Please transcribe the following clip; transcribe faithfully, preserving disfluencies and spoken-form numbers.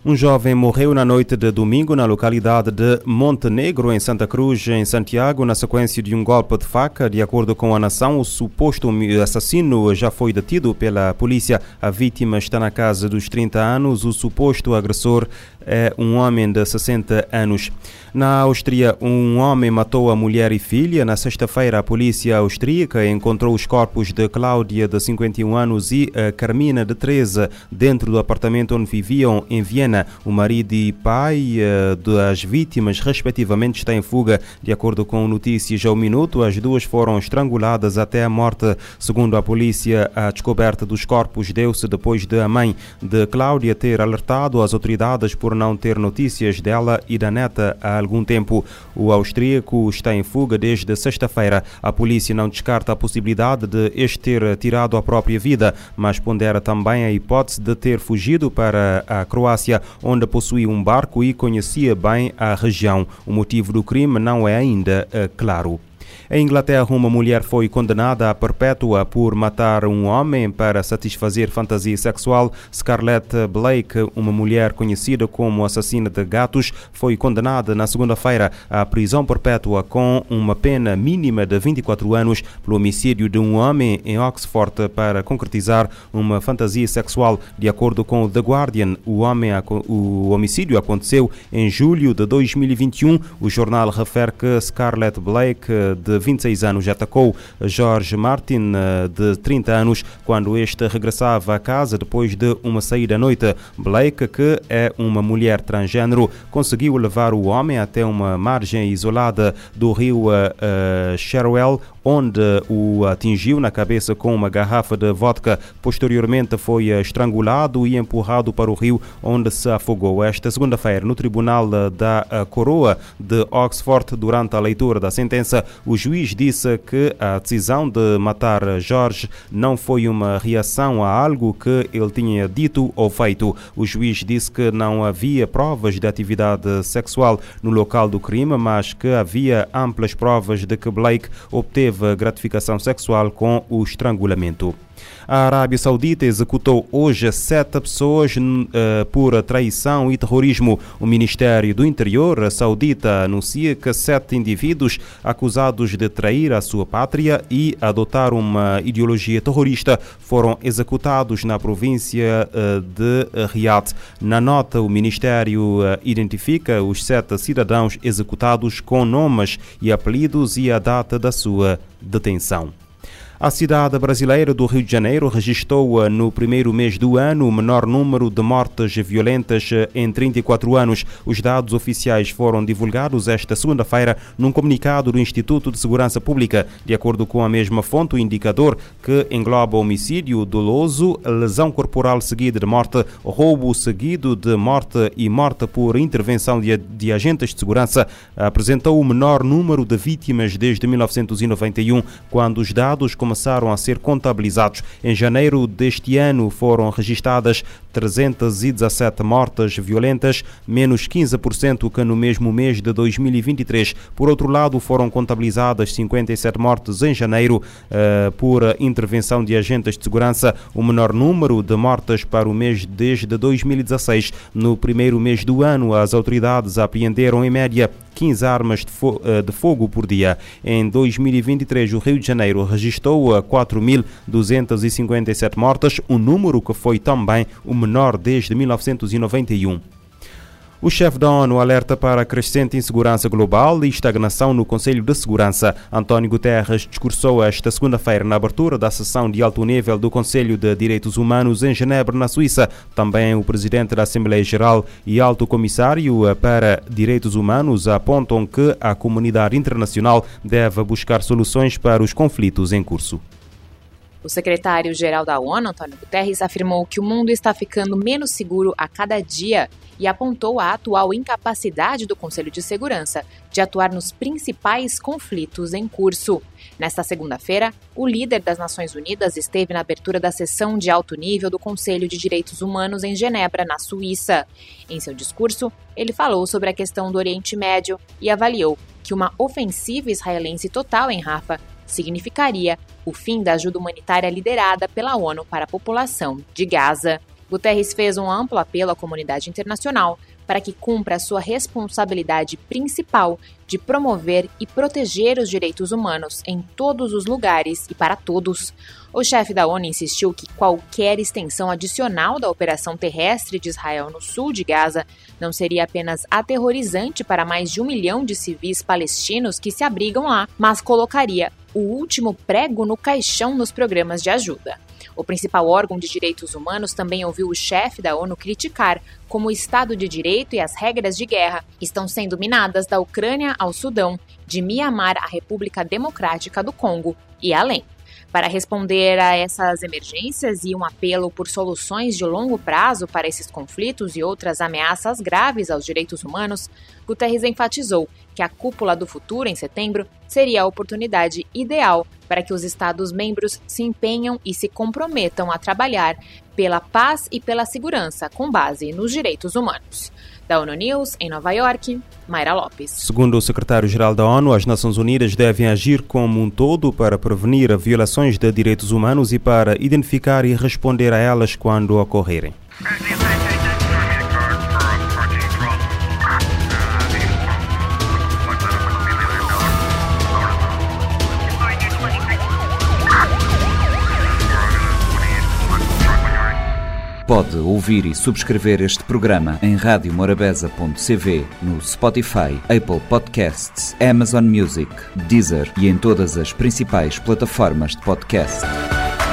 Um jovem morreu na noite de domingo na localidade de Montenegro, em Santa Cruz, em Santiago, na sequência de um golpe de faca. De acordo com a Nação, o suposto assassino já foi detido pela polícia. A vítima está na casa dos trinta anos. O suposto agressor é um homem de sessenta anos. Na Áustria, um homem matou a mulher e filha. Na sexta-feira, a polícia austríaca encontrou os corpos de Cláudia, de cinquenta e um anos, e Carmina, de treze, dentro do apartamento onde viviam em Viena. O marido e pai das vítimas, respectivamente, está em fuga. De acordo com notícias ao minuto, as duas foram estranguladas até a morte. Segundo a polícia, a descoberta dos corpos deu-se depois de a mãe de Cláudia ter alertado as autoridades por não ter notícias dela e da neta há algum tempo. O austríaco está em fuga desde sexta-feira. A polícia não descarta a possibilidade de este ter tirado a própria vida, mas pondera também a hipótese de ter fugido para a Croácia, onde possuía um barco e conhecia bem a região. O motivo do crime não é ainda uh, claro. Em Inglaterra, uma mulher foi condenada à perpétua por matar um homem para satisfazer fantasia sexual. Scarlett Blake, uma mulher conhecida como assassina de gatos, foi condenada na segunda-feira à prisão perpétua com uma pena mínima de vinte e quatro anos pelo homicídio de um homem em Oxford para concretizar uma fantasia sexual. De acordo com The Guardian, o, homem, o homicídio aconteceu em julho de dois mil e vinte e um. O jornal refere que Scarlett Blake, de vinte e seis anos, atacou George Martin, de trinta anos, quando este regressava a casa depois de uma saída à noite. Blake, que é uma mulher transgênero, conseguiu levar o homem até uma margem isolada do rio uh, Cherwell, onde o atingiu na cabeça com uma garrafa de vodka. Posteriormente foi estrangulado e empurrado para o rio, onde se afogou. Esta segunda-feira, no Tribunal da Coroa de Oxford, durante a leitura da sentença, o juiz disse que a decisão de matar Jorge não foi uma reação a algo que ele tinha dito ou feito. O juiz disse que não havia provas de atividade sexual no local do crime, mas que havia amplas provas de que Blake obteve gratificação sexual com o estrangulamento. A Arábia Saudita executou hoje sete pessoas uh, por traição e terrorismo. O Ministério do Interior saudita anuncia que sete indivíduos acusados de trair a sua pátria e adotar uma ideologia terrorista foram executados na província uh, de Riad. Na nota, o Ministério uh, identifica os sete cidadãos executados com nomes e apelidos e a data da sua detenção. A cidade brasileira do Rio de Janeiro registrou no primeiro mês do ano o menor número de mortes violentas em trinta e quatro anos. Os dados oficiais foram divulgados esta segunda-feira num comunicado do Instituto de Segurança Pública. De acordo com a mesma fonte, o indicador, que engloba homicídio doloso, lesão corporal seguida de morte, roubo seguido de morte e morte por intervenção de, de agentes de segurança, apresentou o menor número de vítimas desde mil novecentos e noventa e um, quando os dados começaram a ser contabilizados. Em janeiro deste ano foram registadas trezentas e dezassete mortes violentas, menos quinze por cento que no mesmo mês de dois mil e vinte e três. Por outro lado, foram contabilizadas cinquenta e sete mortes em janeiro uh, por intervenção de agentes de segurança, o menor número de mortes para o mês desde dois mil e dezasseis. No primeiro mês do ano, as autoridades apreenderam em média quinze armas de, fo- de fogo por dia. Em dois mil e vinte e três, o Rio de Janeiro registrou quatro mil duzentas e cinquenta e sete mortes, um número que foi também o menor desde mil novecentos e noventa e um. O chefe da ONU alerta para a crescente insegurança global e estagnação no Conselho de Segurança. António Guterres discursou esta segunda-feira na abertura da sessão de alto nível do Conselho de Direitos Humanos em Genebra, na Suíça. Também o presidente da Assembleia Geral e alto comissário para Direitos Humanos apontam que a comunidade internacional deve buscar soluções para os conflitos em curso. O secretário-geral da ONU, António Guterres, afirmou que o mundo está ficando menos seguro a cada dia e apontou a atual incapacidade do Conselho de Segurança de atuar nos principais conflitos em curso. Nesta segunda-feira, o líder das Nações Unidas esteve na abertura da sessão de alto nível do Conselho de Direitos Humanos em Genebra, na Suíça. Em seu discurso, ele falou sobre a questão do Oriente Médio e avaliou que uma ofensiva israelense total em Rafah significaria o fim da ajuda humanitária liderada pela ONU para a população de Gaza. Guterres fez um amplo apelo à comunidade internacional para que cumpra a sua responsabilidade principal de promover e proteger os direitos humanos em todos os lugares e para todos. O chefe da ONU insistiu que qualquer extensão adicional da operação terrestre de Israel no sul de Gaza não seria apenas aterrorizante para mais de um milhão de civis palestinos que se abrigam lá, mas colocaria o último prego no caixão nos programas de ajuda. O principal órgão de direitos humanos também ouviu o chefe da ONU criticar como o Estado de Direito e as regras de guerra estão sendo minadas da Ucrânia ao Sudão, de Mianmar à República Democrática do Congo e além. Para responder a essas emergências e um apelo por soluções de longo prazo para esses conflitos e outras ameaças graves aos direitos humanos, Guterres enfatizou que a Cúpula do Futuro, em setembro, seria a oportunidade ideal para que os Estados-membros se empenham e se comprometam a trabalhar pela paz e pela segurança com base nos direitos humanos. Da ONU News, em Nova York, Mayra Lopes. Segundo o secretário-geral da ONU, as Nações Unidas devem agir como um todo para prevenir violações de direitos humanos e para identificar e responder a elas quando ocorrerem. Pode ouvir e subscrever este programa em rádio morabeza ponto c v, no Spotify, Apple Podcasts, Amazon Music, Deezer e em todas as principais plataformas de podcast.